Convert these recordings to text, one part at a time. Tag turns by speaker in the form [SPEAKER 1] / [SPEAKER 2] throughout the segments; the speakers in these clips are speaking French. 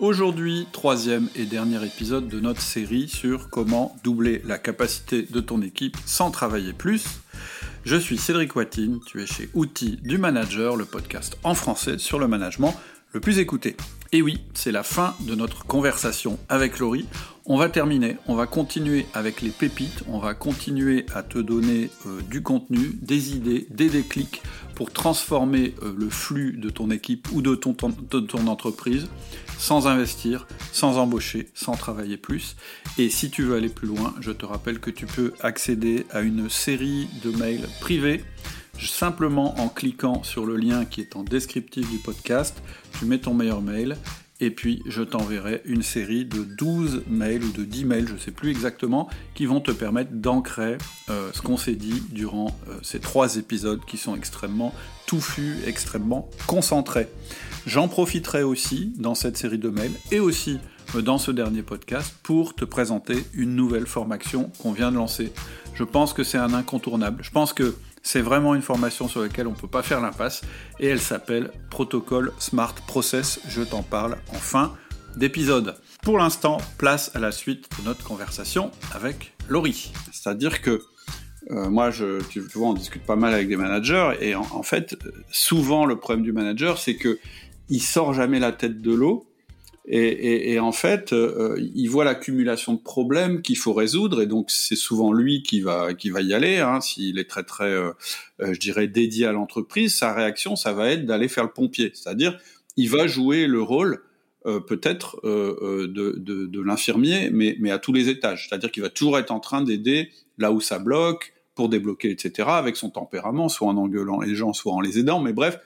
[SPEAKER 1] Aujourd'hui, troisième et dernier épisode de notre série sur comment doubler la capacité de ton équipe sans travailler plus. Je suis Cédric Watine, tu es chez Outils du Manager, le podcast en français sur le management le plus écouté. Et oui, c'est la fin de notre conversation avec Laurie. On va terminer, on va continuer avec les pépites, on va continuer à te donner du contenu, des idées, des déclics pour transformer le flux de ton équipe ou de ton entreprise sans investir, sans embaucher, sans travailler plus. Et si tu veux aller plus loin, je te rappelle que tu peux accéder à une série de mails privés simplement en cliquant sur le lien qui est en descriptif du podcast. Tu mets ton meilleur mail et puis je t'enverrai une série de 12 mails ou de 10 mails, je ne sais plus exactement, qui vont te permettre d'ancrer ce qu'on s'est dit durant ces 3 épisodes qui sont extrêmement touffus, extrêmement concentrés. J'en profiterai aussi dans cette série de mails et aussi dans ce dernier podcast pour te présenter une nouvelle formation qu'on vient de lancer. Je pense que c'est un incontournable. Je pense que c'est vraiment une formation sur laquelle on ne peut pas faire l'impasse et elle s'appelle Protocol Smart Process. Je t'en parle en fin d'épisode. Pour l'instant, place à la suite de notre conversation avec Laurie. C'est-à-dire que moi, tu vois, on discute pas mal avec des managers et en fait, souvent le problème du manager, c'est que il sort jamais la tête de l'eau. Et en fait, il voit l'accumulation de problèmes qu'il faut résoudre, et donc c'est souvent lui qui va y aller. S'il est très je dirais dédié à l'entreprise, sa réaction, ça va être d'aller faire le pompier, c'est-à-dire il va jouer le rôle peut-être de l'infirmier, mais à tous les étages, c'est-à-dire qu'il va toujours être en train d'aider là où ça bloque pour débloquer, etc. Avec son tempérament, soit en engueulant les gens, soit en les aidant, mais bref.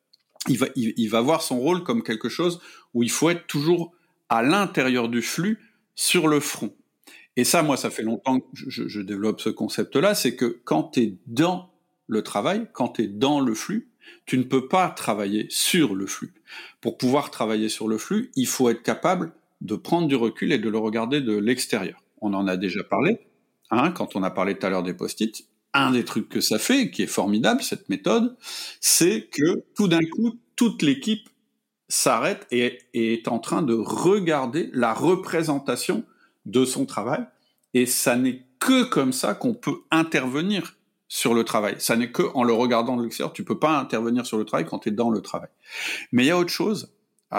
[SPEAKER 1] Il va voir son rôle comme quelque chose où il faut être toujours à l'intérieur du flux, sur le front. Et ça, moi, ça fait longtemps que je développe ce concept-là, c'est que quand tu es dans le travail, quand tu es dans le flux, tu ne peux pas travailler sur le flux. Pour pouvoir travailler sur le flux, il faut être capable de prendre du recul et de le regarder de l'extérieur. On en a déjà parlé, quand on a parlé tout à l'heure des post-it. Un des trucs que ça fait, qui est formidable, cette méthode, c'est que tout d'un coup, toute l'équipe s'arrête et est en train de regarder la représentation de son travail. Et ça n'est que comme ça qu'on peut intervenir sur le travail. Ça n'est que en le regardant de l'extérieur. Tu peux pas intervenir sur le travail quand tu es dans le travail. Mais il y a autre chose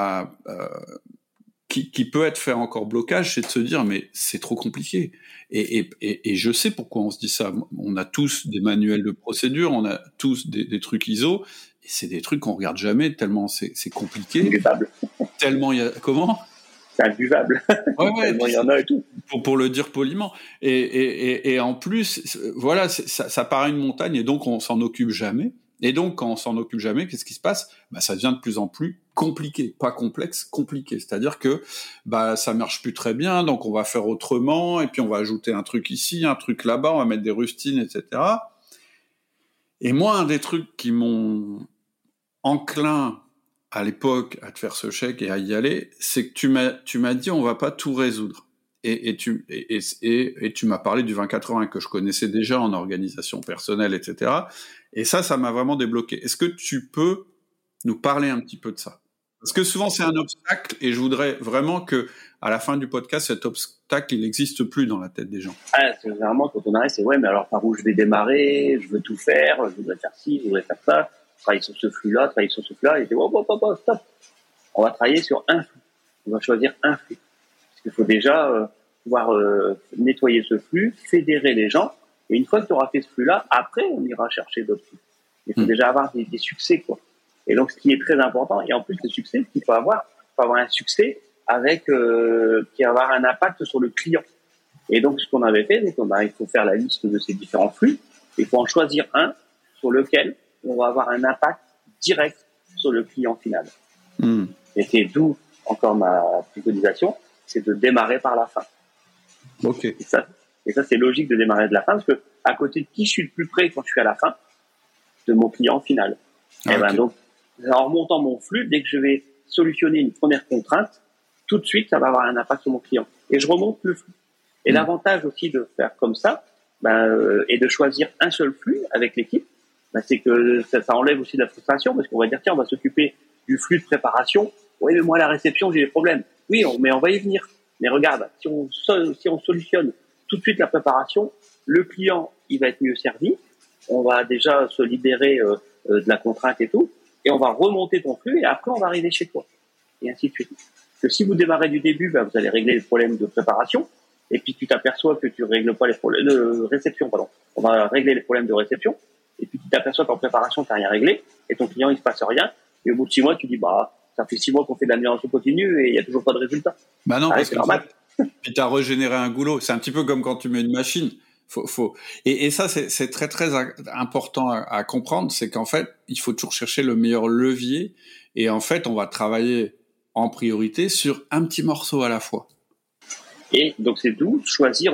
[SPEAKER 1] qui peut être faire encore blocage, c'est de se dire mais c'est trop compliqué. Et je sais pourquoi on se dit ça. On a tous des manuels de procédure, on a tous des trucs ISO, et c'est des trucs qu'on regarde jamais tellement c'est compliqué.
[SPEAKER 2] Imbuvable.
[SPEAKER 1] Tellement il y a comment ?
[SPEAKER 2] C'est imbuvable.
[SPEAKER 1] Ouais,
[SPEAKER 2] tellement il y en a et tout.
[SPEAKER 1] Pour le dire poliment. Et en plus, voilà, ça paraît une montagne et donc on s'en occupe jamais. Et donc, quand on s'en occupe jamais, qu'est-ce qui se passe ? Ça devient de plus en plus compliqué, pas complexe, compliqué. C'est-à-dire que ça marche plus très bien, donc on va faire autrement, et puis on va ajouter un truc ici, un truc là-bas, on va mettre des rustines, etc. Et moi, un des trucs qui m'ont enclin à l'époque à te faire ce chèque et à y aller, c'est que tu m'as dit on va pas tout résoudre. Et tu m'as parlé du 20-80 que je connaissais déjà en organisation personnelle, etc. Et ça m'a vraiment débloqué. Est-ce que tu peux nous parler un petit peu de ça ? Parce que souvent c'est un obstacle et je voudrais vraiment que à la fin du podcast, cet obstacle, il n'existe plus dans la tête des gens.
[SPEAKER 2] C'est généralement quand on arrive, c'est ouais, mais alors par où je vais démarrer ? Je veux tout faire, je voudrais faire ci, je voudrais faire ça. Travailler sur ce flux-là, travailler sur ce flux-là. Et je dis stop. On va travailler sur un flux. On va choisir un flux. Parce qu'il faut déjà pouvoir nettoyer ce flux, fédérer les gens. Et une fois que tu auras fait ce flux-là, après, on ira chercher d'autres flux. Il faut déjà avoir des succès, quoi. Et donc, ce qui est très important, et en plus, le succès, il faut avoir un succès avec qui va avoir un impact sur le client. Et donc, ce qu'on avait fait, c'est il faut faire la liste de ces différents flux. Il faut en choisir un sur lequel on va avoir un impact direct sur le client final. Et c'est d'où, encore ma préconisation, c'est de démarrer par la fin.
[SPEAKER 1] Ok.
[SPEAKER 2] Et ça, c'est logique de démarrer de la fin, parce que à côté de qui je suis le plus près quand je suis à la fin de mon client final.
[SPEAKER 1] Okay.
[SPEAKER 2] Donc, en remontant mon flux, dès que je vais solutionner une première contrainte, tout de suite, ça va avoir un impact sur mon client. Et je remonte le flux. Et l'avantage aussi de faire comme ça, et de choisir un seul flux avec l'équipe, c'est que ça enlève aussi de la frustration, parce qu'on va dire, tiens, on va s'occuper du flux de préparation. Oui, mais moi, à la réception, j'ai des problèmes. Oui, mais on va y venir. Mais regarde, si on solutionne tout de suite la préparation, le client, il va être mieux servi. On va déjà se libérer de la contrainte et tout, et on va remonter ton flux, et après on va arriver chez toi, et ainsi de suite. Que si vous démarrez du début, ben, vous allez régler les problèmes de préparation, et puis tu t'aperçois que tu règles pas les problèmes de réception, pardon. On va régler les problèmes de réception, et puis tu t'aperçois qu'en préparation, tu n'as rien réglé, et ton client, il se passe rien, et au bout de 6 mois, tu dis, bah, ça fait 6 mois qu'on fait de l'amélioration continue, et il y a toujours pas de résultat.
[SPEAKER 1] Bah non, parce
[SPEAKER 2] c'est
[SPEAKER 1] que
[SPEAKER 2] normal.
[SPEAKER 1] puis t'as régénéré un goulot. C'est un petit peu comme quand tu mets une machine. Et ça, c'est très, très important à comprendre. C'est qu'en fait, il faut toujours chercher le meilleur levier. Et en fait, on va travailler en priorité sur un petit morceau à la fois.
[SPEAKER 2] Et donc, c'est d'où choisir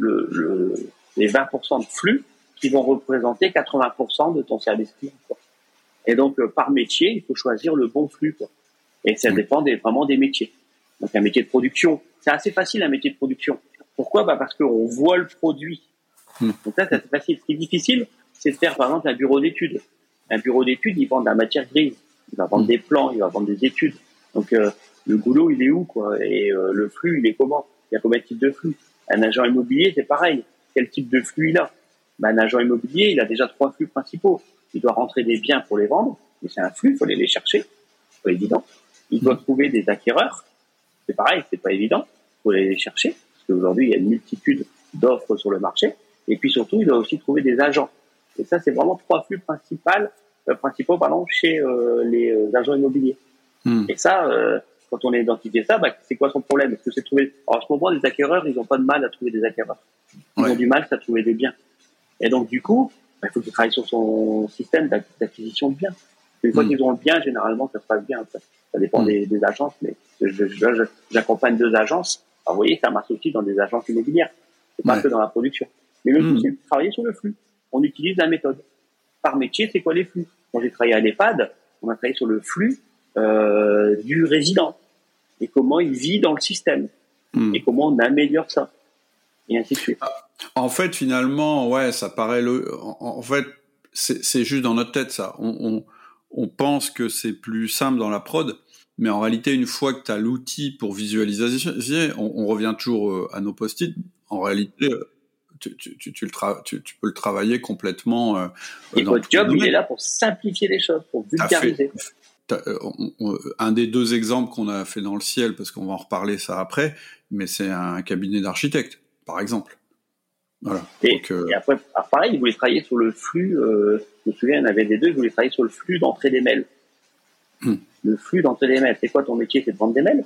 [SPEAKER 2] les 20% de flux qui vont représenter 80% de ton service client, quoi. Et donc, par métier, il faut choisir le bon flux, quoi. Et ça dépend vraiment des métiers. Donc, un métier de production, c'est assez facile, un métier de production. Pourquoi? Bah, parce qu'on voit le produit. Donc ça, c'est assez facile. Ce qui est difficile, c'est de faire, par exemple, un bureau d'études. Un bureau d'études, il vend de la matière grise. Il va vendre des plans, il va vendre des études. Donc, le goulot, il est où, quoi? Et le flux, il est comment? Il y a combien de types de flux? Un agent immobilier, c'est pareil. Quel type de flux il a? Bah, un agent immobilier, il a déjà 3 flux principaux. Il doit rentrer des biens pour les vendre, mais c'est un flux, il faut aller les chercher. C'est pas évident. Il doit trouver des acquéreurs. C'est pareil, c'est pas évident. Il faut aller les chercher. Parce qu'aujourd'hui, il y a une multitude d'offres sur le marché. Et puis surtout, il doit aussi trouver des agents. Et ça, c'est vraiment 3 flux principaux chez les agents immobiliers. Et ça, quand on a identifié ça, bah, c'est quoi son problème? Est-ce que c'est trouver... Alors, en ce moment, les acquéreurs, ils n'ont pas de mal à trouver des acquéreurs. Ils ont du mal à trouver des biens. Et donc, du coup, bah, il faut qu'ils travaillent sur son système d'acquisition de biens. Une fois qu'ils ont le bien, généralement, ça se passe bien. Ça dépend des agences, mais j'accompagne 2 agences. Alors, vous voyez, ça marche aussi dans des agences immobilières. C'est pas que dans la production. Mais le tout, c'est de travailler sur le flux. On utilise la méthode. Par métier, c'est quoi les flux? Quand j'ai travaillé à l'EHPAD, on a travaillé sur le flux du résident et comment il vit dans le système et comment on améliore ça et ainsi de suite.
[SPEAKER 1] En fait, finalement, ouais, ça paraît en fait, c'est juste dans notre tête ça. On pense que c'est plus simple dans la prod, mais en réalité, une fois que tu as l'outil pour visualiser, on revient toujours à nos post-it. En réalité, tu peux le travailler complètement.
[SPEAKER 2] Et votre job, il est là pour simplifier les choses, pour vulgariser.
[SPEAKER 1] Un des 2 exemples qu'on a fait dans le ciel, parce qu'on va en reparler ça après, mais c'est un cabinet d'architectes, par exemple. Voilà.
[SPEAKER 2] Et après, pareil, ils voulaient travailler sur le flux. Je me souviens, il y en avait des 2, ils voulaient travailler sur le flux d'entrée des mails. Le flux d'entrée des mails. C'est quoi ton métier? C'est de vendre des mails.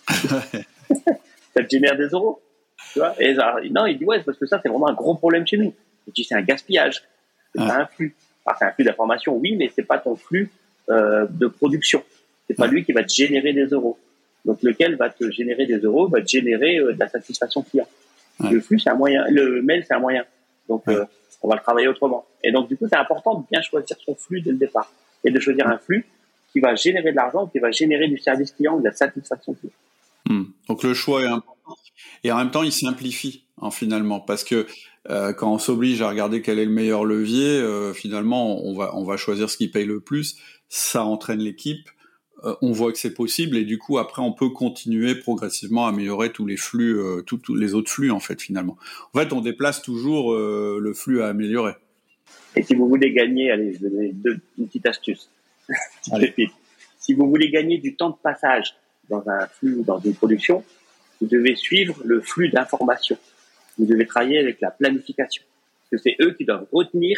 [SPEAKER 2] Ça te génère des euros. Tu vois? Et non, il dit ouais, parce que ça, c'est vraiment un gros problème chez nous. Je dis c'est un gaspillage. C'est pas un flux. Alors, c'est un flux d'information, oui, mais c'est pas ton flux de production. C'est pas lui qui va te générer des euros. Donc, lequel va te générer des euros, va te générer de la satisfaction client. Le flux, c'est un moyen. Le mail, c'est un moyen. Donc, on va le travailler autrement. Et donc, du coup, c'est important de bien choisir son flux dès le départ. Et de choisir un flux qui va générer de l'argent, qui va générer du service client, de la satisfaction client.
[SPEAKER 1] Donc, le choix est important. Et en même temps, il simplifie, finalement. Parce que quand on s'oblige à regarder quel est le meilleur levier, finalement, on va choisir ce qui paye le plus. Ça entraîne l'équipe. On voit que c'est possible et du coup après on peut continuer progressivement à améliorer tous les flux, tous les autres flux en fait finalement. En fait on déplace toujours le flux à améliorer.
[SPEAKER 2] Et si vous voulez gagner, allez, je vais donner une petite astuce. Si vous voulez gagner du temps de passage dans un flux ou dans une production, vous devez suivre le flux d'informations. Vous devez travailler avec la planification. Parce que c'est eux qui doivent retenir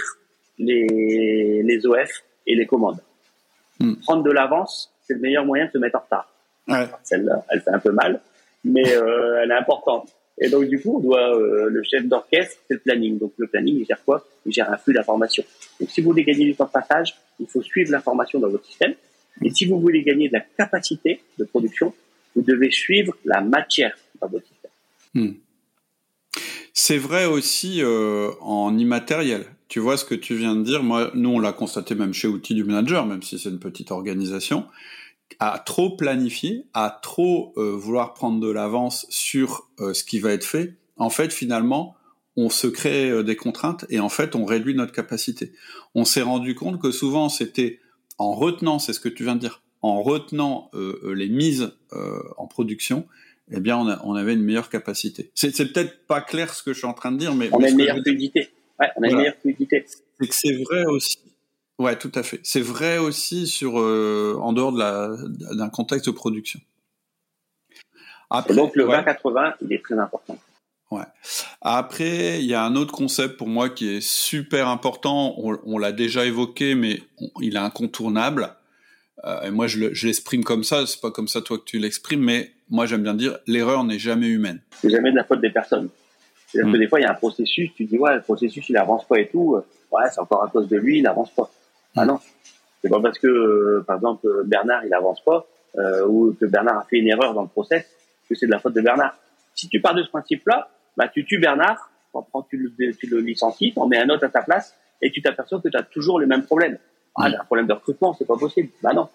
[SPEAKER 2] les OF et les commandes. Prendre de l'avance, c'est le meilleur moyen de se mettre en retard. Celle-là, elle fait un peu mal, mais elle est importante. Et donc, du coup, le chef d'orchestre, c'est le planning. Donc, le planning, il gère quoi? Il gère un flux d'informations. Donc, si vous voulez gagner du temps de passage, il faut suivre l'information dans votre système. Et si vous voulez gagner de la capacité de production, vous devez suivre la matière dans votre système.
[SPEAKER 1] C'est vrai aussi en immatériel. Tu vois ce que tu viens de dire. Nous, on l'a constaté même chez Outils du Manager, même si c'est une petite organisation, à trop planifier, à trop vouloir prendre de l'avance sur ce qui va être fait. En fait, finalement, on se crée des contraintes et en fait, on réduit notre capacité. On s'est rendu compte que souvent, c'était en retenant, c'est ce que tu viens de dire, en retenant les mises en production, eh bien, on avait une meilleure capacité. C'est peut-être pas clair ce que je suis en train de dire, mais
[SPEAKER 2] on a une meilleure fluidité. Ouais, on a une meilleure fluidité.
[SPEAKER 1] C'est que c'est vrai aussi. Ouais, tout à fait. C'est vrai aussi sur en dehors d'un contexte de production.
[SPEAKER 2] Après, et donc le 20-80, il est très important.
[SPEAKER 1] Ouais. Après, il y a un autre concept pour moi qui est super important. On l'a déjà évoqué, mais il est incontournable. Et moi, je l'exprime comme ça. C'est pas comme ça toi que tu l'exprimes, mais moi j'aime bien dire l'erreur n'est jamais humaine.
[SPEAKER 2] C'est jamais de la faute des personnes. C'est-à-dire que des fois il y a un processus, tu dis ouais le processus il avance pas et tout. Ouais, c'est encore à cause de lui, il avance pas. Ah non, c'est pas parce que par exemple Bernard il avance pas ou que Bernard a fait une erreur dans le process que c'est de la faute de Bernard. Si tu pars de ce principe-là, bah tu tues Bernard, tu le licencies, t'en mets un autre à ta place et tu t'aperçois que tu as toujours les mêmes problèmes. Ah, j'ai un problème de recrutement, c'est pas possible. Bah non.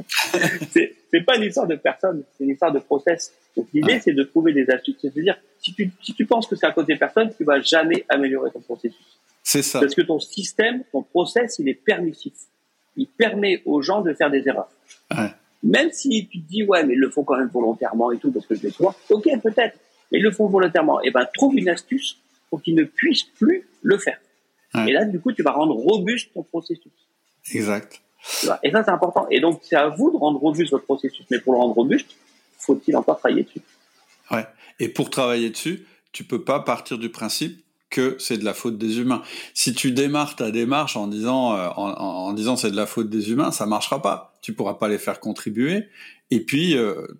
[SPEAKER 2] c'est pas une histoire de personne, c'est une histoire de process. Donc l'idée c'est de trouver des astuces, c'est-à-dire si tu penses que c'est à cause des personnes, tu vas jamais améliorer ton processus.
[SPEAKER 1] C'est ça.
[SPEAKER 2] Parce que ton système, ton process, il est permissif. Il permet aux gens de faire des erreurs.
[SPEAKER 1] Ouais.
[SPEAKER 2] Même si tu te dis ouais mais ils le font quand même volontairement et tout parce que je les vois. OK, peut-être. Mais ils le font volontairement. Et ben trouve une astuce pour qu'ils ne puissent plus le faire. Ouais. Et là du coup, tu vas rendre robuste ton processus.
[SPEAKER 1] Exact.
[SPEAKER 2] Et ça, c'est important. Et donc, c'est à vous de rendre robuste votre processus. Mais pour le rendre robuste, faut-il encore travailler dessus.
[SPEAKER 1] Ouais. Et pour travailler dessus, tu peux pas partir du principe que c'est de la faute des humains. Si tu démarres ta démarche en disant en disant c'est de la faute des humains, ça marchera pas. Tu pourras pas les faire contribuer. Et puis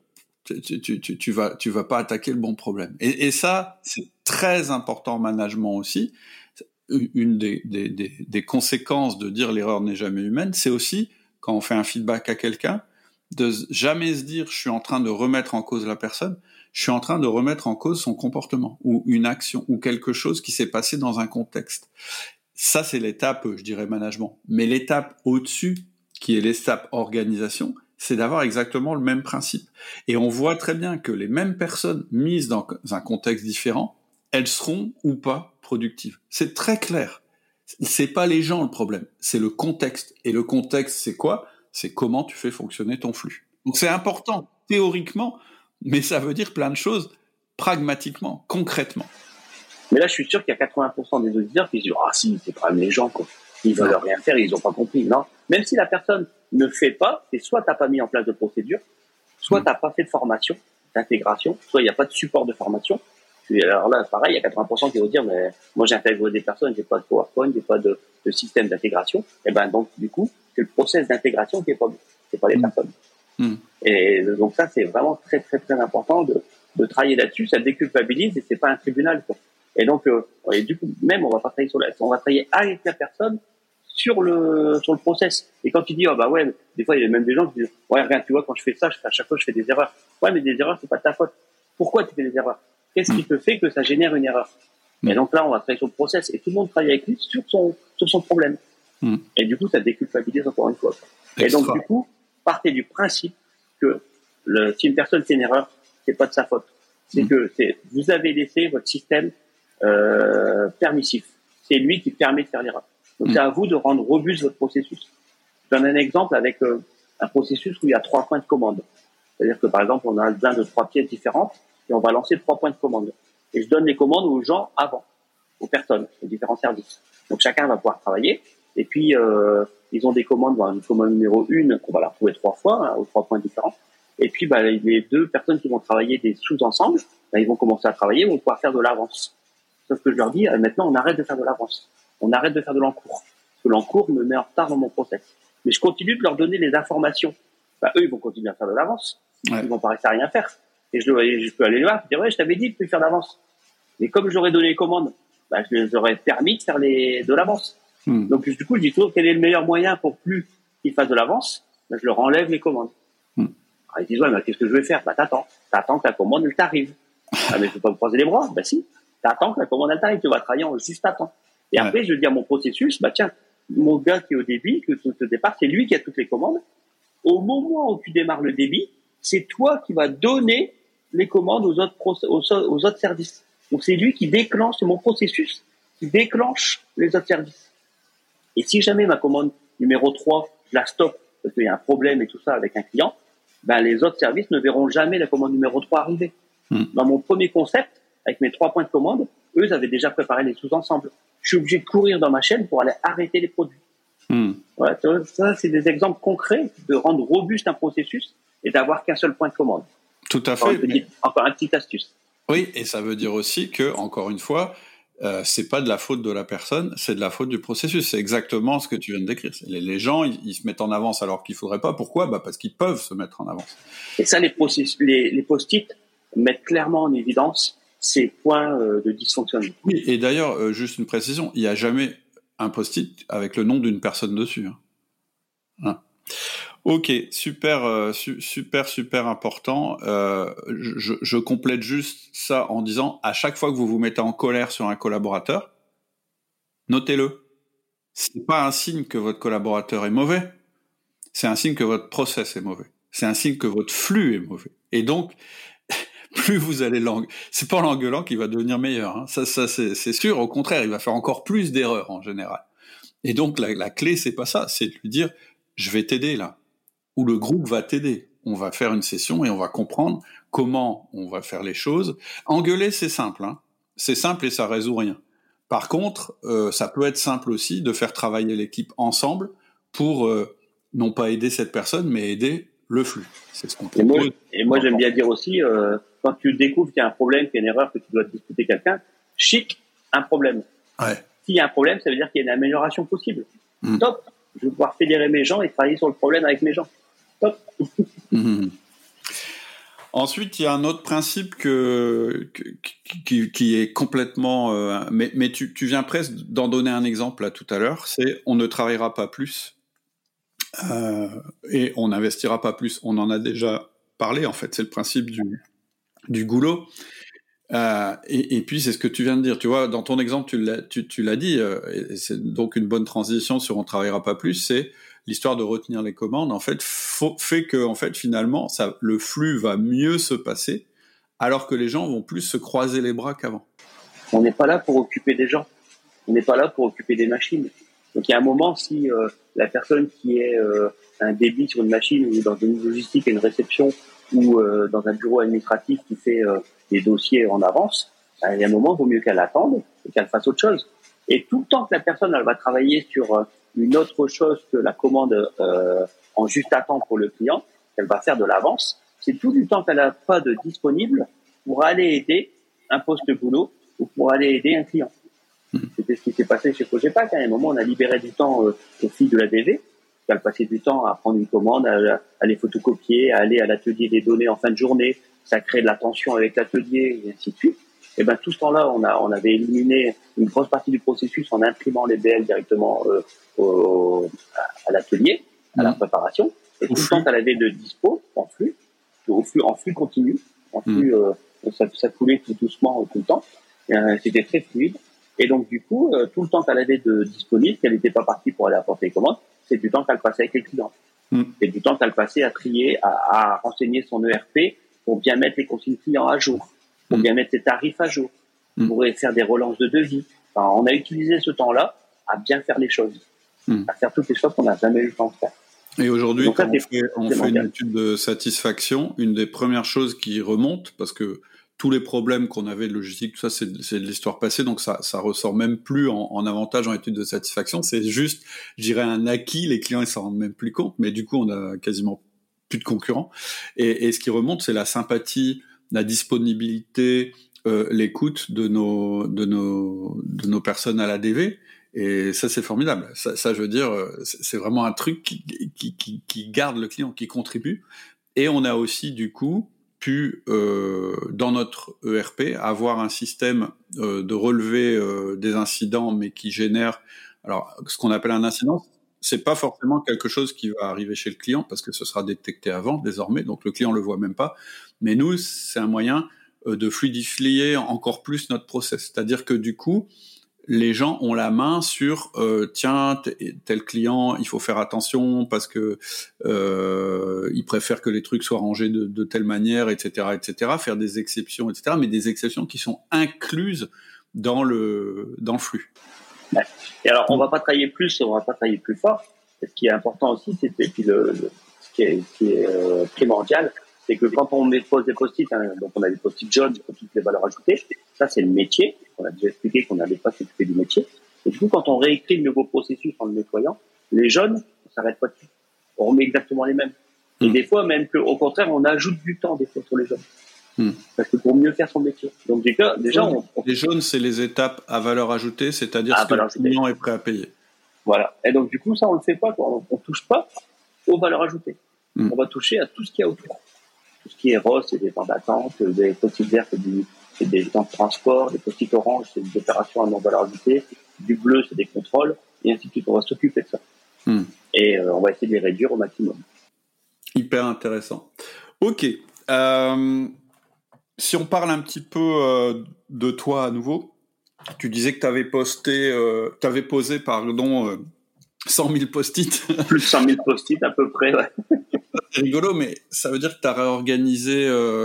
[SPEAKER 1] tu vas pas attaquer le bon problème. Et ça, c'est très important en management aussi. Une des conséquences de dire l'erreur n'est jamais humaine, c'est aussi, quand on fait un feedback à quelqu'un, de jamais se dire je suis en train de remettre en cause la personne, je suis en train de remettre en cause son comportement, ou une action, ou quelque chose qui s'est passé dans un contexte. Ça, c'est l'étape, je dirais, management. Mais l'étape au-dessus, qui est l'étape organisation, c'est d'avoir exactement le même principe. Et on voit très bien que les mêmes personnes mises dans un contexte différent, elles seront ou pas productives. C'est très clair. C'est pas les gens le problème, c'est le contexte. Et le contexte, c'est quoi ? C'est comment tu fais fonctionner ton flux. Donc c'est important, théoriquement, mais ça veut dire plein de choses pragmatiquement, concrètement.
[SPEAKER 2] Mais là, je suis sûr qu'il y a 80% des auditeurs qui se disent « Ah si, c'est quand même les gens, quoi. Ils veulent rien faire, ils n'ont pas compris. » Non, même si la personne ne fait pas, c'est soit tu n'as pas mis en place de procédure, soit tu n'as pas fait de formation, d'intégration, soit il n'y a pas de support de formation. Et alors là, pareil, il y a 80% qui vont dire, mais moi j'intègre des personnes, j'ai pas de PowerPoint, j'ai pas de système d'intégration. Et ben donc du coup, c'est le process d'intégration qui est pas bon, c'est pas les personnes. Et donc ça, c'est vraiment très très très important de travailler là-dessus. Ça déculpabilise et c'est pas un tribunal, quoi. Et donc et du coup, même on va pas travailler on va travailler avec la personne sur le process. Et quand tu dis, oh bah ouais, des fois il y a même des gens qui disent, ouais regarde, tu vois, quand je fais ça, à chaque fois je fais des erreurs. Ouais, mais des erreurs, c'est pas de ta faute. Pourquoi tu fais des erreurs? Qu'est-ce qui te fait que ça génère une erreur? Et donc là, on va travailler sur le process et tout le monde travaille avec lui sur son problème. Et du coup, ça déculpabilise encore une fois. Et donc, du coup, partez du principe que si une personne fait une erreur, c'est pas de sa faute. C'est que vous avez laissé votre système permissif. C'est lui qui permet de faire l'erreur. Donc, c'est à vous de rendre robuste votre processus. Je donne un exemple avec un processus où il y a 3 points de commande. C'est-à-dire que, par exemple, on a besoin de 3 pièces différentes et on va lancer 3 points de commande. Et je donne les commandes aux gens avant, aux personnes, aux différents services. Donc chacun va pouvoir travailler. Et puis ils ont des commandes, une commande numéro 1 qu'on va la retrouver 3 fois, aux 3 points différents. Et puis les 2 personnes qui vont travailler des sous-ensembles, ils vont commencer à travailler, vont pouvoir faire de l'avance. Sauf que je leur dis, maintenant on arrête de faire de l'avance, on arrête de faire de l'encours. Parce que l'encours me met en retard dans mon process. Mais je continue de leur donner les informations. Eux, ils vont continuer à faire de l'avance. Ils vont pas rester à rien faire. Et je peux aller le voir et dire, ouais, je t'avais dit de plus faire d'avance. Mais comme j'aurais donné les commandes, je les aurais permis de faire de l'avance. Donc, du coup, je dis toujours, quel est le meilleur moyen pour plus qu'ils fassent de l'avance? Je leur enlève les commandes. Alors, ils disent, ouais, mais qu'est-ce que je vais faire? T'attends que la commande, elle t'arrive. Ah, mais je peux pas me croiser les bras. Si. T'attends que la commande, elle t'arrive. Tu vas travailler en juste attends. Et après, je dis à mon processus, tiens, mon gars qui est au débit, au départ, c'est lui qui a toutes les commandes. Au moment où tu démarres le débit, c'est toi qui vas donner les commandes aux autres services. Donc c'est lui qui déclenche, c'est mon processus qui déclenche les autres services. Et si jamais ma commande numéro 3, je la stoppe parce qu'il y a un problème et tout ça avec un client, ben les autres services ne verront jamais la commande numéro 3 arriver. Dans mon premier concept, avec mes 3 points de commande, eux ils avaient déjà préparé les sous-ensembles. Je suis obligé de courir dans ma chaîne pour aller arrêter les produits. Voilà, ça, c'est des exemples concrets de rendre robuste un processus et d'avoir qu'un seul point de commande.
[SPEAKER 1] Tout à fait.
[SPEAKER 2] Encore une petite astuce.
[SPEAKER 1] Oui, et ça veut dire aussi que, encore une fois, c'est pas de la faute de la personne, c'est de la faute du processus. C'est exactement ce que tu viens de décrire. Les gens, ils se mettent en avance alors qu'il faudrait pas. Pourquoi ? Parce qu'ils peuvent se mettre en avance.
[SPEAKER 2] Et ça, les post-it mettent clairement en évidence ces points de dysfonctionnement.
[SPEAKER 1] Oui, et d'ailleurs, juste une précision, il n'y a jamais un post-it avec le nom d'une personne dessus. Hein. Ok, super, super important. Je complète juste ça en disant, à chaque fois que vous vous mettez en colère sur un collaborateur, notez-le. C'est pas un signe que votre collaborateur est mauvais, c'est un signe que votre process est mauvais. C'est un signe que votre flux est mauvais. Et donc, plus vous allez c'est pas en l'engueulant qu'il va devenir meilleur. Hein. Ça c'est sûr. Au contraire, il va faire encore plus d'erreurs en général. Et donc la clé, c'est pas ça, c'est de lui dire, je vais t'aider là, ou le groupe va t'aider. On va faire une session et on va comprendre comment on va faire les choses. Engueuler, c'est simple, hein. C'est simple et ça résout rien. Par contre, ça peut être simple aussi de faire travailler l'équipe ensemble pour non pas aider cette personne, mais aider le flux. C'est ce qu'on propose.
[SPEAKER 2] Et moi, j'aime bien dire aussi, quand tu découvres qu'il y a un problème, qu'il y a une erreur, que tu dois discuter quelqu'un, chic, un problème.
[SPEAKER 1] Ouais.
[SPEAKER 2] S'il y a un problème, ça veut dire qu'il y a une amélioration possible. Top. Je vais pouvoir fédérer mes gens et travailler sur le problème avec mes gens. Top.
[SPEAKER 1] Ensuite, il y a un autre principe qui est complètement... mais tu viens presque d'en donner un exemple là tout à l'heure, c'est on ne travaillera pas plus et on n'investira pas plus. On en a déjà parlé, en fait, c'est le principe du goulot. Et puis c'est ce que tu viens de dire, tu vois, dans ton exemple tu l'as dit, et c'est donc une bonne transition sur on travaillera pas plus, c'est l'histoire de retenir les commandes, en fait, fait que en fait finalement le flux va mieux se passer, alors que les gens vont plus se croiser les bras qu'avant.
[SPEAKER 2] On n'est pas là pour occuper des gens, on n'est pas là pour occuper des machines. Donc il y a un moment, si la personne qui est un débit sur une machine ou dans une logistique et une réception ou dans un bureau administratif qui fait des dossiers en avance, il y a un moment, il vaut mieux qu'elle attende et qu'elle fasse autre chose. Et tout le temps que la personne elle va travailler sur une autre chose que la commande en juste attente pour le client, qu'elle va faire de l'avance, c'est tout du temps qu'elle n'a pas de disponible pour aller aider un poste boulot ou pour aller aider un client. C'était ce qui s'est passé chez Cogepac. À un moment, on a libéré du temps aux filles de l'ADV. Elles passaient du temps à prendre une commande, à les photocopier, à aller à l'atelier des données en fin de journée. Ça crée de la tension avec l'atelier et ainsi de suite. Et ben tout ce temps-là, on avait éliminé une grosse partie du processus en imprimant les BL directement à l'atelier, à la préparation. Et tout le temps qu'elle avait de dispo en flux continu, en flux, ça coulait tout doucement tout le temps. C'était très fluide. Et donc du coup, tout le temps qu'elle avait de disponible, qu'elle n'était pas partie pour aller apporter les commandes, c'est du temps qu'elle passait avec les clients. C'est du temps qu'elle passait à trier, à renseigner son ERP pour bien mettre les consignes clients à jour, pour bien mettre ses tarifs à jour, pour faire des relances de devis. Enfin, on a utilisé ce temps-là à bien faire les choses, à faire toutes les choses qu'on n'a jamais eu le temps de faire.
[SPEAKER 1] Et aujourd'hui, donc, quand on fait une étude de satisfaction, une des premières choses qui remonte, parce que tous les problèmes qu'on avait de logistique, tout ça, c'est de l'histoire passée, donc ça ressort même plus en avantage en étude de satisfaction. C'est juste, je dirais, un acquis. Les clients, ils s'en rendent même plus compte, mais du coup, on a quasiment plus de concurrents. Et ce qui remonte, c'est la sympathie, la disponibilité, l'écoute de nos personnes à l'ADV. Et ça, c'est formidable. Ça, je veux dire, c'est vraiment un truc qui garde le client, qui contribue. Et on a aussi, du coup, pu, dans notre ERP, avoir un système de relevé des incidents, mais qui génère... Alors, ce qu'on appelle un incident, c'est pas forcément quelque chose qui va arriver chez le client, parce que ce sera détecté avant, désormais, donc le client le voit même pas. Mais nous, c'est un moyen de fluidifier encore plus notre process. C'est-à-dire que, du coup, les gens ont la main sur tiens, tel client, il faut faire attention parce que il préfère que les trucs soient rangés de telle manière, etc., faire des exceptions, etc., mais des exceptions qui sont incluses dans le flux.
[SPEAKER 2] Ouais. Et alors, on va pas travailler plus, on va pas travailler plus fort. Et ce qui est important aussi, ce qui est primordial, c'est que quand on pose des post-it, donc on a des post-it jaunes pour toutes les valeurs ajoutées, ça c'est le métier. On a déjà expliqué qu'on n'allait pas s'occuper du métier. Et du coup, quand on réécrit le nouveau processus en le nettoyant, les jaunes, on s'arrête pas dessus. On remet exactement les mêmes. Et des fois, même qu'au contraire, on ajoute du temps des fois sur les jaunes. Parce que pour mieux faire son métier. Donc déjà,
[SPEAKER 1] les jaunes, c'est les étapes à valeur ajoutée, c'est-à-dire ce que le client est prêt à payer.
[SPEAKER 2] Voilà. Et donc du coup, ça, on le fait pas, quoi. On touche pas aux valeurs ajoutées. On va toucher à tout ce qu'il y a autour. Tout ce qui est rose, c'est des temps d'attente, des post-it verts, c'est des temps de transport, des post-it orange, c'est des opérations à non-valeur ajoutée, du bleu, c'est des contrôles, et ainsi de suite. On va s'occuper de ça. Et on va essayer de les réduire au maximum.
[SPEAKER 1] Hyper intéressant. Ok. Si on parle un petit peu de toi à nouveau, tu disais que tu avais posé 100 000 post-it.
[SPEAKER 2] Plus de 100 000 post-it à peu près, ouais.
[SPEAKER 1] C'est rigolo, mais ça veut dire que tu as réorganisé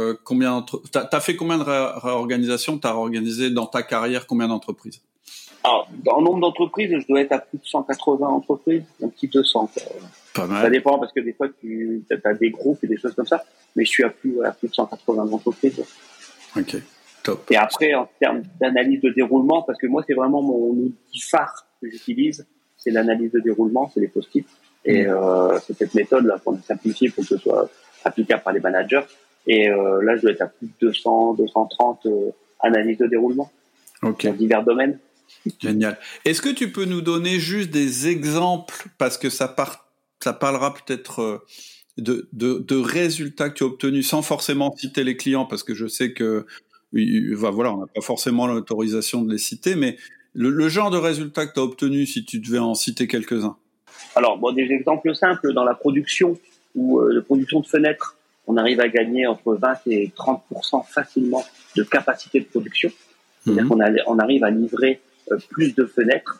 [SPEAKER 1] t'as fait combien de réorganisations? Tu as réorganisé dans ta carrière combien d'entreprises?
[SPEAKER 2] Alors, en nombre d'entreprises, je dois être à plus de 180 entreprises, un petit 200. Quoi.
[SPEAKER 1] Pas mal.
[SPEAKER 2] Ça dépend parce que des fois, tu as des groupes et des choses comme ça, mais je suis à plus de 180 entreprises.
[SPEAKER 1] Ok, top.
[SPEAKER 2] Et après, en termes d'analyse de déroulement, parce que moi, c'est vraiment mon outil phare que j'utilise, c'est l'analyse de déroulement, c'est les post-it. Et c'est cette méthode-là qu'on a simplifiée pour que ce soit applicable par les managers. Et là, je dois être à plus de 200, 230 analyses de déroulement dans divers domaines.
[SPEAKER 1] Génial. Est-ce que tu peux nous donner juste des exemples, parce que ça parlera peut-être de résultats que tu as obtenus, sans forcément citer les clients, parce que je sais que voilà, on n'a pas forcément l'autorisation de les citer, mais le genre de résultats que tu as obtenus, si tu devais en citer quelques-uns.
[SPEAKER 2] Alors, des exemples simples dans la production ou la production de fenêtres, on arrive à gagner entre 20 et 30% facilement de capacité de production. C'est-à-dire qu'on arrive à livrer plus de fenêtres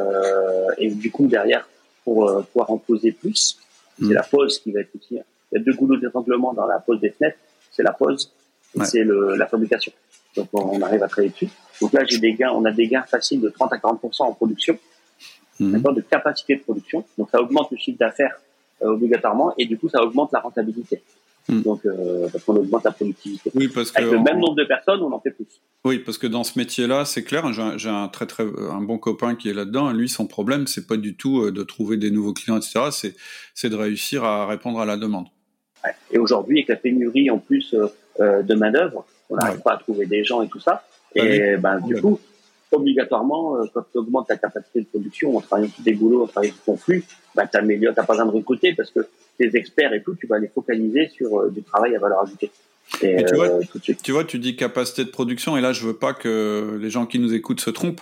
[SPEAKER 2] et du coup derrière pour pouvoir en poser plus. C'est la pose qui va être aussi. Il y a deux goulots d'étranglement dans la pose des fenêtres. C'est la pose et c'est la fabrication. Donc on arrive à travailler dessus. Donc là on a des gains faciles de 30 à 40% en production, d'accord, de capacité de production. Donc ça augmente le chiffre d'affaires obligatoirement et du coup ça augmente la rentabilité. Donc parce qu'on augmente la productivité.
[SPEAKER 1] Oui, parce que
[SPEAKER 2] avec le même nombre de personnes, on en fait plus.
[SPEAKER 1] Oui, parce que dans ce métier-là, c'est clair. J'ai un bon copain qui est là-dedans. Et lui, son problème, c'est pas du tout de trouver des nouveaux clients, etc. C'est de réussir à répondre à la demande.
[SPEAKER 2] Ouais. Et aujourd'hui, avec la pénurie en plus de main d'œuvre, on n'arrive pas à trouver des gens et tout ça. Et du coup, obligatoirement, quand tu augmentes ta capacité de production, on travaille sur des boulots, on travaille sur ton flux, t'as pas besoin de recruter parce que tes experts et tout, tu vas les focaliser sur du travail à valeur ajoutée. Et
[SPEAKER 1] tu vois, tu dis capacité de production, et là, je veux pas que les gens qui nous écoutent se trompent.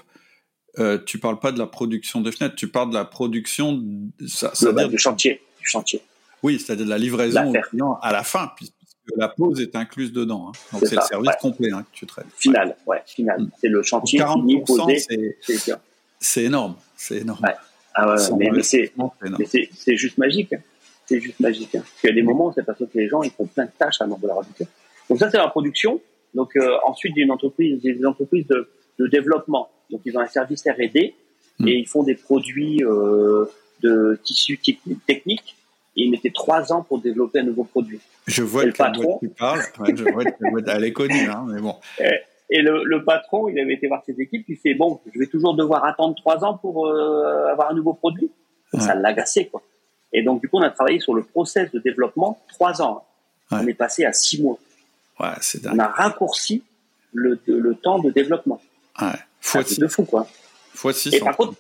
[SPEAKER 1] Tu parles pas de la production des fenêtres, tu parles de la production
[SPEAKER 2] du chantier.
[SPEAKER 1] Oui, c'est-à-dire de la livraison au client à la fin, puisque la pause est incluse dedans. Hein. Donc c'est le service complet que tu traites.
[SPEAKER 2] Final. C'est le chantier fini, posé.
[SPEAKER 1] C'est énorme. C'est énorme.
[SPEAKER 2] Ouais. Ah ouais, mais c'est juste magique. C'est juste magique. Parce qu'il y a des moments où c'est parce que les gens ils font plein de tâches à non-valeur ajoutée. Donc ça, c'est la production. Donc ensuite, il y a des entreprises de développement. Donc ils ont un service R&D et ils font des produits de tissus techniques. Et ils mettaient 3 ans pour développer un nouveau produit.
[SPEAKER 1] Je vois de quelle boîte tu parles. Ouais, je vois de quelle boîte. Elle est connue, hein, mais bon.
[SPEAKER 2] Et le patron, il avait été voir ses équipes, il fait bon, je vais toujours devoir attendre 3 ans pour avoir un nouveau produit. Ça l'agaçait, quoi. Et donc du coup, on a travaillé sur le process de développement 3 ans. On est passé à 6 mois.
[SPEAKER 1] Ouais, c'est dingue.
[SPEAKER 2] On a raccourci le temps de développement.
[SPEAKER 1] Ouais.
[SPEAKER 2] C'est de fou, quoi.
[SPEAKER 1] Fois 6.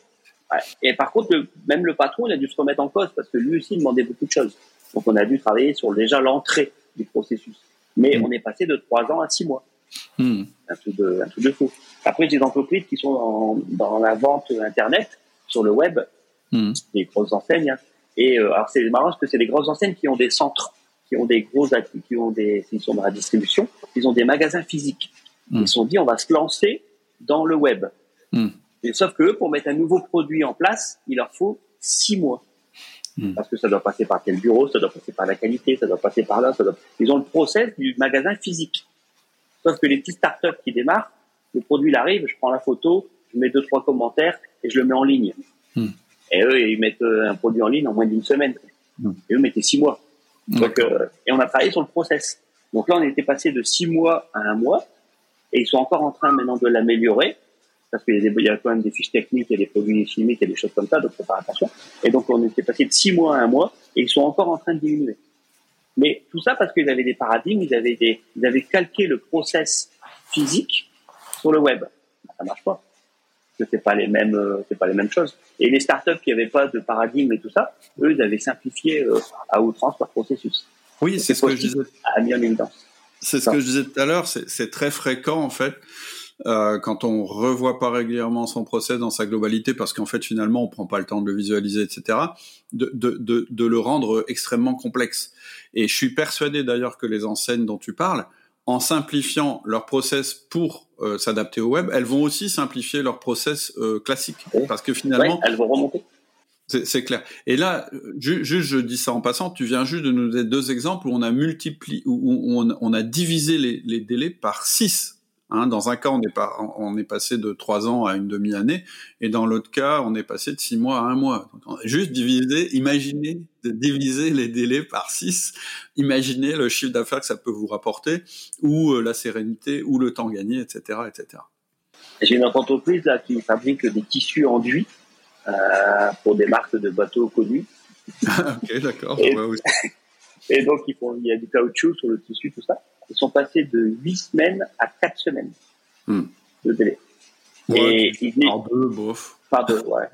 [SPEAKER 2] Et par contre, même le patron, il a dû se remettre en cause parce que lui aussi, il demandait beaucoup de choses. Donc, on a dû travailler sur déjà l'entrée du processus. Mais on est passé de 3 ans à 6 mois. Un truc de fou. Après, j'ai des entreprises qui sont dans la vente Internet, sur le web, des grosses enseignes. Hein. Et alors, c'est marrant parce que c'est des grosses enseignes qui ont des centres, qui ont des ils sont dans la distribution, ils ont des magasins physiques. Ils se sont dit, on va se lancer dans le web. Et sauf que pour mettre un nouveau produit en place, il leur faut 6 mois. Parce que ça doit passer par tel bureau, ça doit passer par la qualité, ça doit passer par là, ils ont le process du magasin physique. Sauf que les petites startups qui démarrent, le produit il arrive, je prends la photo, je mets 2-3 commentaires et je le mets en ligne. Et eux, ils mettent un produit en ligne en moins d'une semaine. Et eux mettaient 6 mois. Donc, et on a travaillé sur le process. Donc là, on était passé de 6 mois à 1 mois. Et ils sont encore en train maintenant de l'améliorer. Parce qu'il y a quand même des fiches techniques, il y a des produits chimiques, il y a des choses comme ça, donc faut faire attention. Et donc, on était passé de 6 mois à 1 mois. Et ils sont encore en train de diminuer. Mais tout ça parce qu'ils avaient des paradigmes, ils avaient calqué le process physique sur le web. Ça marche pas. Parce que c'est pas les mêmes choses. Et les startups qui n'avaient pas de paradigme et tout ça, eux, ils avaient simplifié à outrance leur processus.
[SPEAKER 1] Oui, c'est ce que je disais.
[SPEAKER 2] À mis en évidence.
[SPEAKER 1] C'est ce que je disais tout à l'heure. C'est très fréquent en fait quand on revoit pas régulièrement son process dans sa globalité, parce qu'en fait finalement on prend pas le temps de le visualiser, etc. De le rendre extrêmement complexe. Et je suis persuadé d'ailleurs que les enseignes dont tu parles, en simplifiant leur process pour s'adapter au web, elles vont aussi simplifier leur process classique, parce que finalement,
[SPEAKER 2] elles vont remonter.
[SPEAKER 1] C'est clair. Et là, juste je dis ça en passant, tu viens juste de nous donner 2 exemples où on a on a divisé les délais par 6. Hein, dans un cas, on est passé de 3 ans à une demi-année, et dans l'autre cas, on est passé de 6 mois à 1 mois. Donc, on a juste imaginez de diviser les délais par 6. Imaginez le chiffre d'affaires que ça peut vous rapporter, ou la sérénité, ou le temps gagné, etc., etc.
[SPEAKER 2] J'ai une entreprise là qui fabrique des tissus enduits pour des marques de bateaux connues.
[SPEAKER 1] Ok, d'accord.
[SPEAKER 2] Et donc, il y a du caoutchouc sur le tissu, tout ça. Ils sont passés de 8 semaines à 4 semaines de délai.
[SPEAKER 1] Ouais, et ils venaient
[SPEAKER 2] par deux, ouais.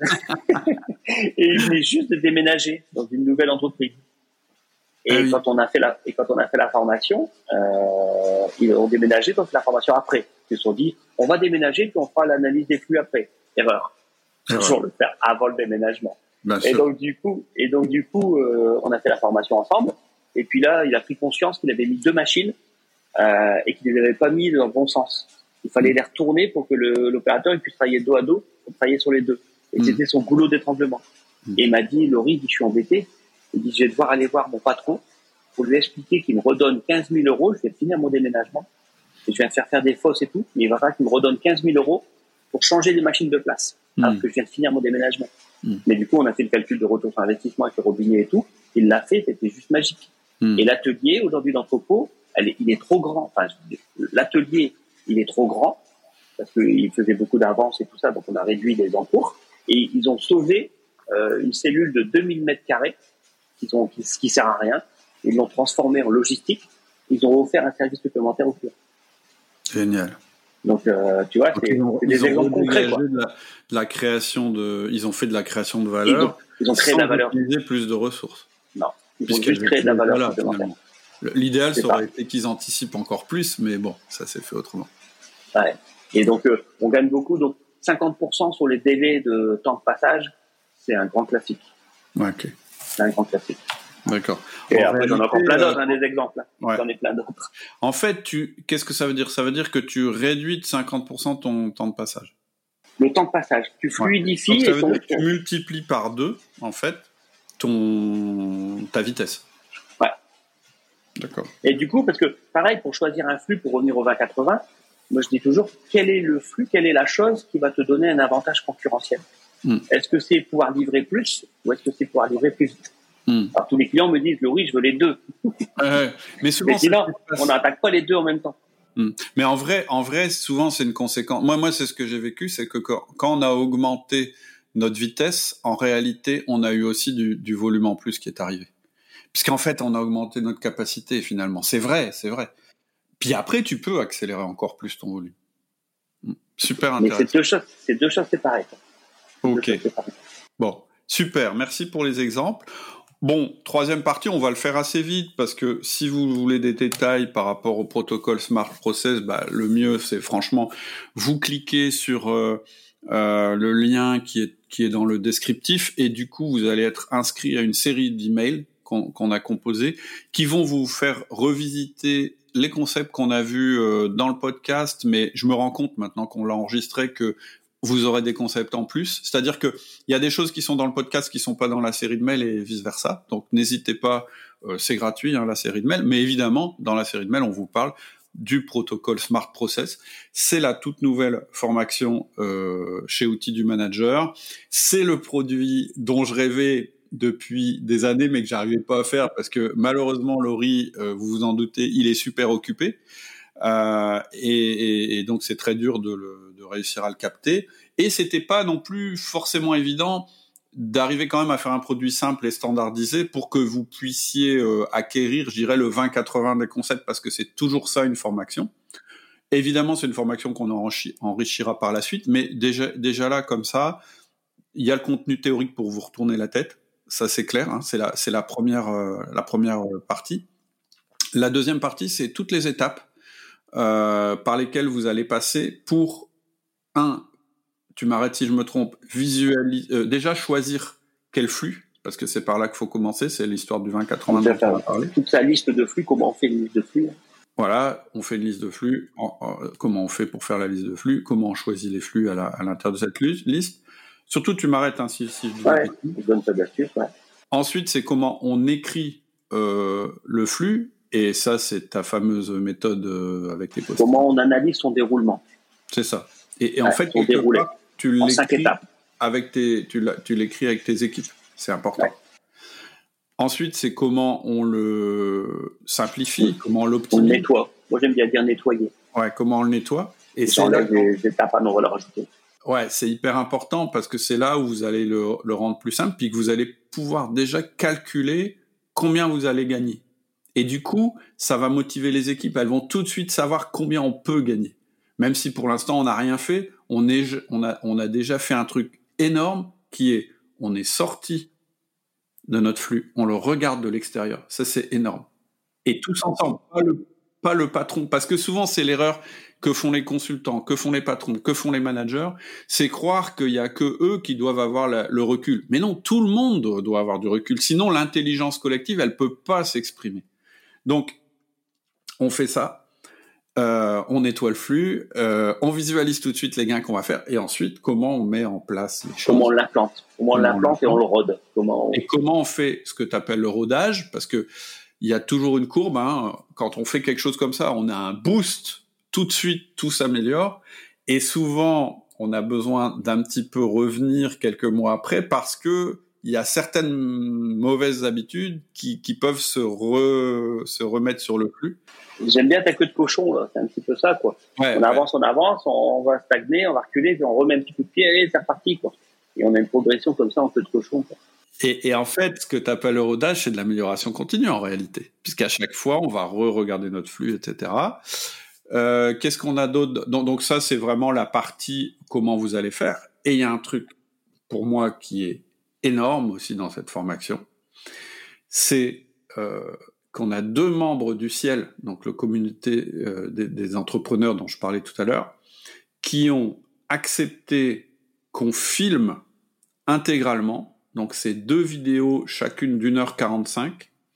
[SPEAKER 2] Et ils venaient juste de déménager dans une nouvelle entreprise. Et quand on a fait la formation, ils ont déménagé, donc la formation après. Ils se sont dit, on va déménager, puis on fera l'analyse des flux après. Erreur. Toujours le faire avant le déménagement. Et donc du coup, on a fait la formation ensemble. Et puis là, il a pris conscience qu'il avait mis 2 machines et qu'il ne les avait pas mis dans le bon sens. Il fallait les retourner pour que l'opérateur puisse travailler dos à dos, pour travailler sur les deux. Et c'était son goulot d'étranglement. Et il m'a dit, Laurie, je suis embêté. Il dit, je vais devoir aller voir mon patron pour lui expliquer qu'il me redonne 15 000 €. Je vais finir mon déménagement. Et je vais faire des fosses et tout. Mais il va falloir qu'il me redonne 15 000 € pour changer les machines de place. Alors que je viens de finir mon déménagement. Mais du coup, on a fait le calcul de retour sur investissement avec le robinet et tout. Il l'a fait, c'était juste magique. Et l'atelier, aujourd'hui, d'entrepôt, il est trop grand. Enfin, l'atelier, il est trop grand parce qu'il faisait beaucoup d'avance et tout ça. Donc, on a réduit les encours. Et ils ont sauvé une cellule de 2000 mètres carrés qui sert à rien. Ils l'ont transformé en logistique. Ils ont offert un service supplémentaire au client.
[SPEAKER 1] Génial.
[SPEAKER 2] Donc, tu vois, c'est des exemples concrets, quoi.
[SPEAKER 1] La création ils ont fait de la création de valeur.
[SPEAKER 2] Ils ont créé de la valeur.
[SPEAKER 1] Sans utiliser plus de ressources.
[SPEAKER 2] Non. Ils ont juste créé de la valeur supplémentaire.
[SPEAKER 1] L'idéal, ça aurait été qu'ils anticipent encore plus, mais bon, ça s'est fait autrement.
[SPEAKER 2] Ouais. Et donc, on gagne beaucoup. Donc, 50% sur les délais de temps de passage, c'est un grand classique.
[SPEAKER 1] Ouais, ok.
[SPEAKER 2] C'est un grand classique.
[SPEAKER 1] D'accord.
[SPEAKER 2] Et après, j'en ai encore plein d'autres, des exemples. Ouais. J'en ai plein d'autres.
[SPEAKER 1] En fait, qu'est-ce que ça veut dire? Ça veut dire que tu réduis de 50% ton temps de passage.
[SPEAKER 2] Le temps de passage. Tu fluidifies.
[SPEAKER 1] Donc, ça veut dire que tu multiplies par 2, en fait, ta vitesse.
[SPEAKER 2] Ouais.
[SPEAKER 1] D'accord.
[SPEAKER 2] Et du coup, parce que, pareil, pour choisir un flux, pour revenir au 20-80, moi, je dis toujours, quel est le flux, quelle est la chose qui va te donner un avantage concurrentiel? Est-ce que c'est pouvoir livrer plus ou est-ce que c'est pouvoir livrer plus vite? Alors, tous les clients me disent, oui, je veux les deux.
[SPEAKER 1] Mais souvent,
[SPEAKER 2] sinon, on n'attaque pas les deux en même temps.
[SPEAKER 1] Mais en vrai, souvent, c'est une conséquence. Moi, c'est ce que j'ai vécu, c'est que quand on a augmenté notre vitesse, en réalité, on a eu aussi du volume en plus qui est arrivé. Puisqu'en fait, on a augmenté notre capacité, finalement. C'est vrai. Puis après, tu peux accélérer encore plus ton volume. Super intéressant.
[SPEAKER 2] Mais c'est deux choses séparées.
[SPEAKER 1] Ok. Bon, super. Merci pour les exemples. Bon, 3e partie, on va le faire assez vite parce que si vous voulez des détails par rapport au protocole Smart Process, le mieux, c'est franchement, vous cliquez sur le lien qui est dans le descriptif et du coup, vous allez être inscrit à une série d'emails qu'on a composés qui vont vous faire revisiter les concepts qu'on a vus dans le podcast, mais je me rends compte maintenant qu'on l'a enregistré que vous aurez des concepts en plus. C'est-à-dire que il y a des choses qui sont dans le podcast qui sont pas dans la série de mails et vice-versa. Donc, n'hésitez pas, c'est gratuit, la série de mails. Mais évidemment, dans la série de mails, on vous parle du protocole Smart Process. C'est la toute nouvelle formation chez Outils du Manager. C'est le produit dont je rêvais depuis des années, mais que j'arrivais pas à faire parce que malheureusement, Laurie, vous vous en doutez, il est super occupé. Et donc c'est très dur de réussir à le capter. Et c'était pas non plus forcément évident d'arriver quand même à faire un produit simple et standardisé pour que vous puissiez acquérir, je dirais, le 20-80 des concepts, parce que c'est toujours ça une formation. Évidemment, c'est une formation qu'on enrichira par la suite, mais déjà là, comme ça, il y a le contenu théorique pour vous retourner la tête. Ça, c'est clair, hein, c'est la première partie. La deuxième partie, c'est toutes les étapes par lesquelles vous allez passer pour, tu m'arrêtes si je me trompe, déjà choisir quel flux, parce que c'est par là qu'il faut commencer, c'est l'histoire du 20-80 dont on va parler.
[SPEAKER 2] Toute sa liste de flux, comment on fait une liste de flux?
[SPEAKER 1] Voilà, on fait une liste de flux, comment on fait pour faire la liste de flux, comment on choisit les flux à l'intérieur de cette liste. Surtout, tu m'arrêtes si je dis
[SPEAKER 2] je donne pas d'astuce, ouais.
[SPEAKER 1] Ensuite, c'est comment on écrit le flux, et ça, c'est ta fameuse méthode avec les post-it.
[SPEAKER 2] Comment on analyse son déroulement.
[SPEAKER 1] C'est ça. Et en fait, tu l'écris tu l'écris avec tes équipes. C'est important. Ouais. Ensuite, c'est comment on le simplifie, comment on l'optimise.
[SPEAKER 2] On le nettoie. Moi, j'aime bien dire nettoyer.
[SPEAKER 1] Ouais, comment on le nettoie.
[SPEAKER 2] Et c'est là des étapes à on va le rajouter.
[SPEAKER 1] Ouais, c'est hyper important parce que c'est là où vous allez le rendre plus simple, puis que vous allez pouvoir déjà calculer combien vous allez gagner. Et du coup, ça va motiver les équipes. Elles vont tout de suite savoir combien on peut gagner. Même si pour l'instant on n'a rien fait, on a déjà fait un truc énorme qui est, on est sorti de notre flux, on le regarde de l'extérieur. Ça, c'est énorme. Et tous ensemble, pas le patron, parce que souvent c'est l'erreur que font les consultants, que font les patrons, que font les managers, c'est croire qu'il y a que eux qui doivent avoir le recul. Mais non, tout le monde doit avoir du recul. Sinon, l'intelligence collective, elle peut pas s'exprimer. Donc, on fait ça. On nettoie le flux, on visualise tout de suite les gains qu'on va faire, et ensuite, comment on met en place les choses.
[SPEAKER 2] Comment on l'implante. Comment on l'implante et on le rôde.
[SPEAKER 1] Et comment on fait ce que tu appelles le rodage, parce que il y a toujours une courbe, hein. Quand on fait quelque chose comme ça, on a un boost, tout de suite, tout s'améliore, et souvent, on a besoin d'un petit peu revenir quelques mois après, parce que il y a certaines mauvaises habitudes qui peuvent se remettre sur le flux.
[SPEAKER 2] J'aime bien ta queue de cochon, là. C'est un petit peu ça, quoi. Ouais, on avance, on va stagner, on va reculer, puis on remet un petit coup de pied, et c'est reparti, quoi. Et on a une progression comme ça en queue de cochon, quoi.
[SPEAKER 1] Et en fait, ce que tu appelles le rodage, c'est de l'amélioration continue, en réalité. Puisqu'à chaque fois, on va regarder notre flux, etc. Qu'est-ce qu'on a d'autre? Donc ça, c'est vraiment la partie comment vous allez faire. Et il y a un truc, pour moi, qui est énorme aussi dans cette formation. C'est qu'on a 2 membres du ciel, donc la communauté des entrepreneurs dont je parlais tout à l'heure, qui ont accepté qu'on filme intégralement, donc c'est 2 vidéos chacune d'1h45,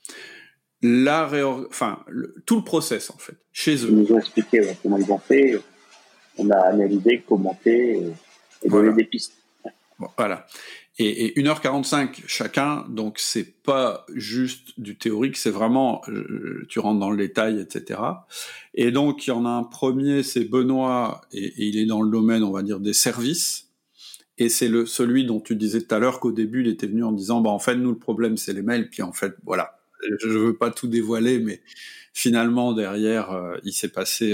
[SPEAKER 1] tout le process en fait, chez eux.
[SPEAKER 2] Ils nous ont expliqué comment ils ont fait, on a analysé, commenté et donné des pistes.
[SPEAKER 1] Voilà. Et 1h45 chacun, donc c'est pas juste du théorique, c'est vraiment, tu rentres dans le détail, etc. Et donc, il y en a un premier, c'est Benoît, et il est dans le domaine, on va dire, des services. Et c'est celui dont tu disais tout à l'heure qu'au début, il était venu en disant, en fait, nous, le problème, c'est les mails. Puis en fait, voilà, je veux pas tout dévoiler, mais finalement, derrière, il s'est passé,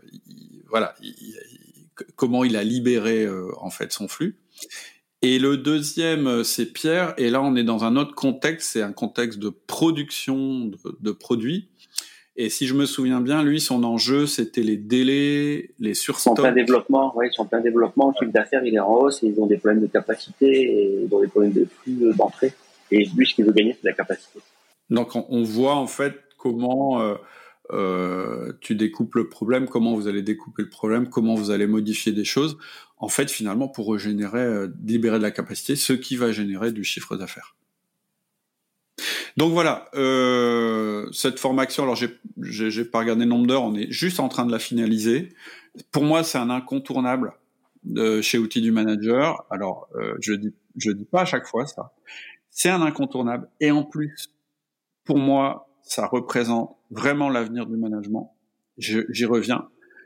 [SPEAKER 1] comment il a libéré, en fait, son flux. Et le deuxième, c'est Pierre, et là on est dans un autre contexte, c'est un contexte de production de produits. Et si je me souviens bien, lui, son enjeu, c'était les délais, les surstocks.
[SPEAKER 2] Ils sont plein développement, le chiffre d'affaires, il est en hausse, et ils ont des problèmes de capacité, et ils ont des problèmes de flux d'entrée. Et lui, ce qu'il veut gagner, c'est la capacité.
[SPEAKER 1] Donc on voit en fait comment tu découpes le problème, comment vous allez découper le problème, comment vous allez modifier des choses, en fait, finalement, pour libérer de la capacité, ce qui va générer du chiffre d'affaires. Donc voilà, cette formation, alors j'ai pas regardé le nombre d'heures, on est juste en train de la finaliser. Pour moi, c'est un incontournable chez Outils du Manager. Alors, je dis pas à chaque fois ça. C'est un incontournable. Et en plus, pour moi, ça représente vraiment l'avenir du management. j'y reviens.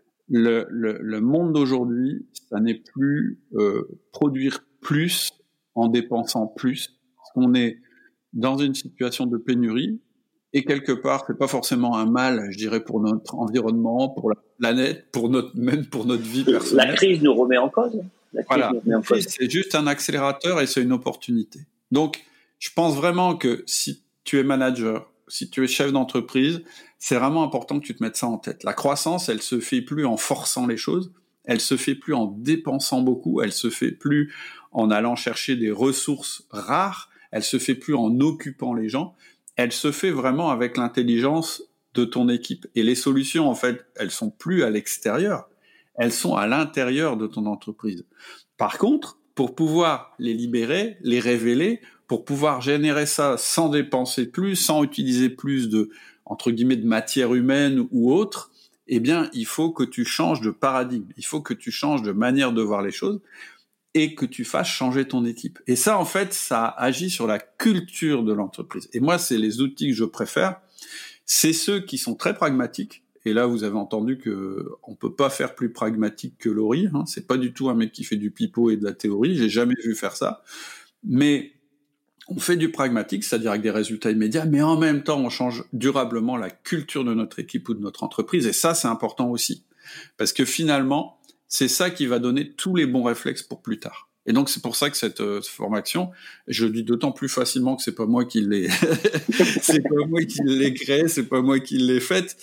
[SPEAKER 1] Le monde d'aujourd'hui, ça n'est plus produire plus en dépensant plus. Parce qu'on est dans une situation de pénurie et quelque part, c'est pas forcément un mal, je dirais, pour notre environnement, pour la planète, même pour notre vie personnelle.
[SPEAKER 2] La crise nous remet en cause. La
[SPEAKER 1] crise, c'est juste un accélérateur et c'est une opportunité. Donc, je pense vraiment que si tu es manager, si tu es chef d'entreprise, c'est vraiment important que tu te mettes ça en tête. La croissance, elle se fait plus en forçant les choses, elle se fait plus en dépensant beaucoup, elle se fait plus en allant chercher des ressources rares, elle se fait plus en occupant les gens, elle se fait vraiment avec l'intelligence de ton équipe. Et les solutions, en fait, elles sont plus à l'extérieur, elles sont à l'intérieur de ton entreprise. Par contre, pour pouvoir les libérer, les révéler, pour pouvoir générer ça sans dépenser plus, sans utiliser plus de, entre guillemets, de matière humaine ou autre, eh bien, il faut que tu changes de paradigme, il faut que tu changes de manière de voir les choses et que tu fasses changer ton équipe. Et ça, en fait, ça agit sur la culture de l'entreprise. Et moi, c'est les outils que je préfère. C'est ceux qui sont très pragmatiques. Et là, vous avez entendu que on peut pas faire plus pragmatique que Laurie. Hein. C'est pas du tout un mec qui fait du pipeau et de la théorie. J'ai jamais vu faire ça. Mais on fait du pragmatique, c'est-à-dire avec des résultats immédiats, mais en même temps, on change durablement la culture de notre équipe ou de notre entreprise. Et ça, c'est important aussi. Parce que finalement, c'est ça qui va donner tous les bons réflexes pour plus tard. Et donc, c'est pour ça que cette formation, je dis d'autant plus facilement que c'est pas moi qui l'ai, c'est pas moi qui l'ai créée, c'est pas moi qui l'ai faite.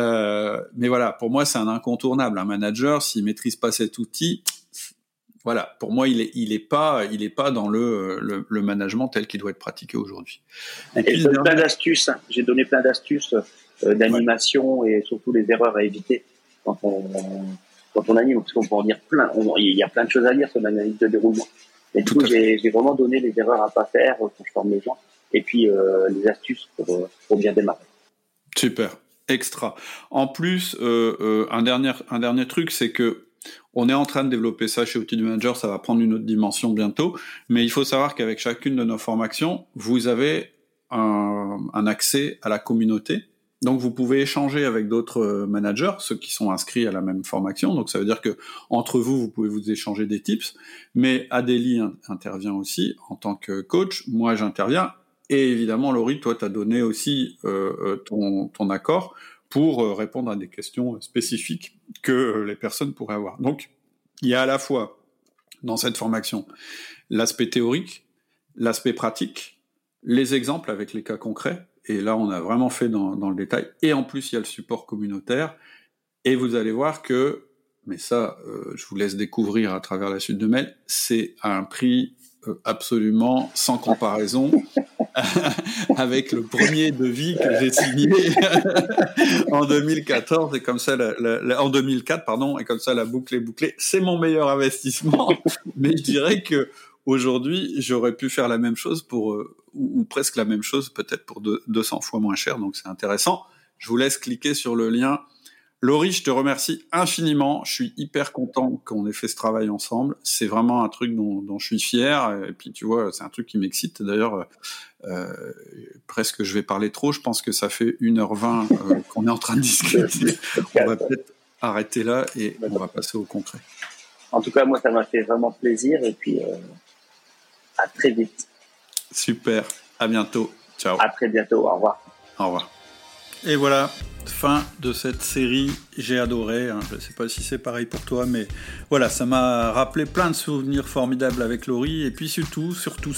[SPEAKER 1] Mais voilà, pour moi, c'est un incontournable. Un manager, s'il maîtrise pas cet outil, voilà, pour moi, il est pas dans le management tel qu'il doit être pratiqué aujourd'hui.
[SPEAKER 2] Et je donne plein d'astuces. J'ai donné plein d'astuces d'animation et surtout les erreurs à éviter quand on anime, parce qu'on peut en dire plein. Il y a plein de choses à dire sur l'analyse de déroulement. Et du coup, j'ai vraiment donné les erreurs à pas faire quand je forme les gens, et puis les astuces pour bien démarrer.
[SPEAKER 1] Super, extra. En plus, un dernier truc, c'est que on est en train de développer ça chez Outils du Manager, ça va prendre une autre dimension bientôt, mais il faut savoir qu'avec chacune de nos formations, vous avez un accès à la communauté. Donc vous pouvez échanger avec d'autres managers, ceux qui sont inscrits à la même formation. Donc ça veut dire que entre vous pouvez vous échanger des tips. Mais Adélie intervient aussi en tant que coach. Moi j'interviens. Et évidemment Laurie, toi t'as donné aussi ton accord pour répondre à des questions spécifiques que les personnes pourraient avoir. Donc il y a à la fois dans cette formation l'aspect théorique, l'aspect pratique, les exemples avec les cas concrets. Et là, on a vraiment fait dans le détail. Et en plus, il y a le support communautaire. Et vous allez voir que, mais ça, je vous laisse découvrir à travers la suite de mails, c'est à un prix absolument sans comparaison avec le premier devis que j'ai signé en 2014. Et comme ça, en 2004, pardon, et comme ça, la boucle est bouclée. C'est mon meilleur investissement. Mais je dirais que aujourd'hui, j'aurais pu faire la même chose ou presque la même chose, peut-être pour 200 fois moins cher, donc c'est intéressant. Je vous laisse cliquer sur le lien. Laurie, je te remercie infiniment. Je suis hyper content qu'on ait fait ce travail ensemble. C'est vraiment un truc dont je suis fier. Et puis, tu vois, c'est un truc qui m'excite. D'ailleurs, presque je vais parler trop. Je pense que ça fait 1h20 qu'on est en train de discuter. On va peut-être arrêter là et on va passer au concret.
[SPEAKER 2] En tout cas, moi, ça m'a fait vraiment plaisir. Et puis, à très vite.
[SPEAKER 1] Super. À bientôt. Ciao.
[SPEAKER 2] À très bientôt. Au revoir.
[SPEAKER 1] Au revoir. Et voilà, fin de cette série. J'ai adoré. Je ne sais pas si c'est pareil pour toi, mais voilà, ça m'a rappelé plein de souvenirs formidables avec Laurie. Et puis surtout,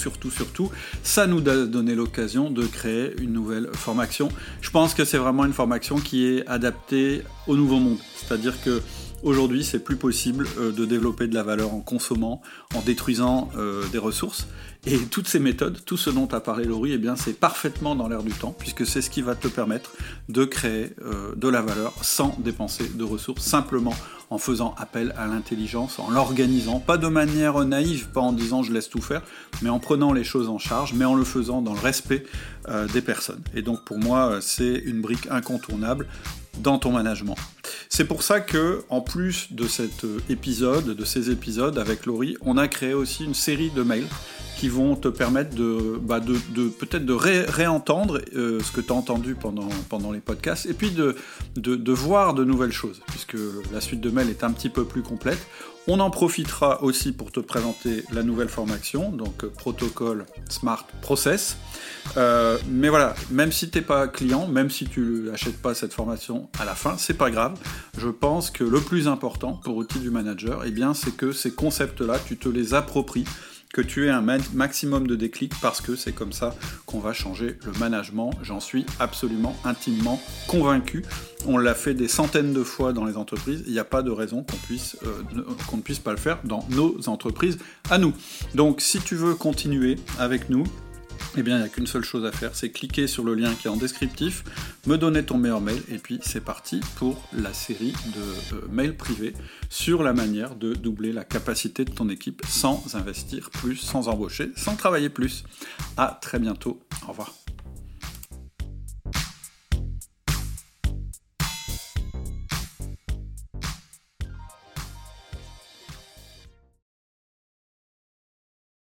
[SPEAKER 1] ça nous a donné l'occasion de créer une nouvelle formation. Je pense que c'est vraiment une formation qui est adaptée au nouveau monde. C'est-à-dire que aujourd'hui, c'est plus possible de développer de la valeur en consommant, en détruisant des ressources. Et toutes ces méthodes, tout ce dont a parlé Laurie, eh bien, c'est parfaitement dans l'air du temps, puisque c'est ce qui va te permettre de créer de la valeur sans dépenser de ressources, simplement en faisant appel à l'intelligence, en l'organisant, pas de manière naïve, pas en disant je laisse tout faire, mais en prenant les choses en charge, mais en le faisant dans le respect des personnes. Et donc pour moi, c'est une brique incontournable dans ton management. C'est pour ça que, en plus de ces épisodes avec Laurie, on a créé aussi une série de mails qui vont te permettre de peut-être de réentendre ce que tu as entendu pendant les podcasts, et puis de voir de nouvelles choses, puisque la suite de mail est un petit peu plus complète. On en profitera aussi pour te présenter la nouvelle formation, donc protocole Smart Process. Mais voilà, même si t'es pas client, même si tu n'achètes pas cette formation à la fin, c'est pas grave. Je pense que le plus important pour Outils du Manager, eh bien, c'est que ces concepts-là, tu te les appropries, que tu aies un maximum de déclics, parce que c'est comme ça qu'on va changer le management. J'en suis absolument, intimement convaincu. On l'a fait des centaines de fois dans les entreprises. Il n'y a pas de raison qu'on ne puisse pas le faire dans nos entreprises à nous. Donc, si tu veux continuer avec nous, eh bien, il n'y a qu'une seule chose à faire, c'est cliquer sur le lien qui est en descriptif, me donner ton meilleur mail, et puis c'est parti pour la série de mails privés sur la manière de doubler la capacité de ton équipe sans investir plus, sans embaucher, sans travailler plus. À très bientôt. Au revoir.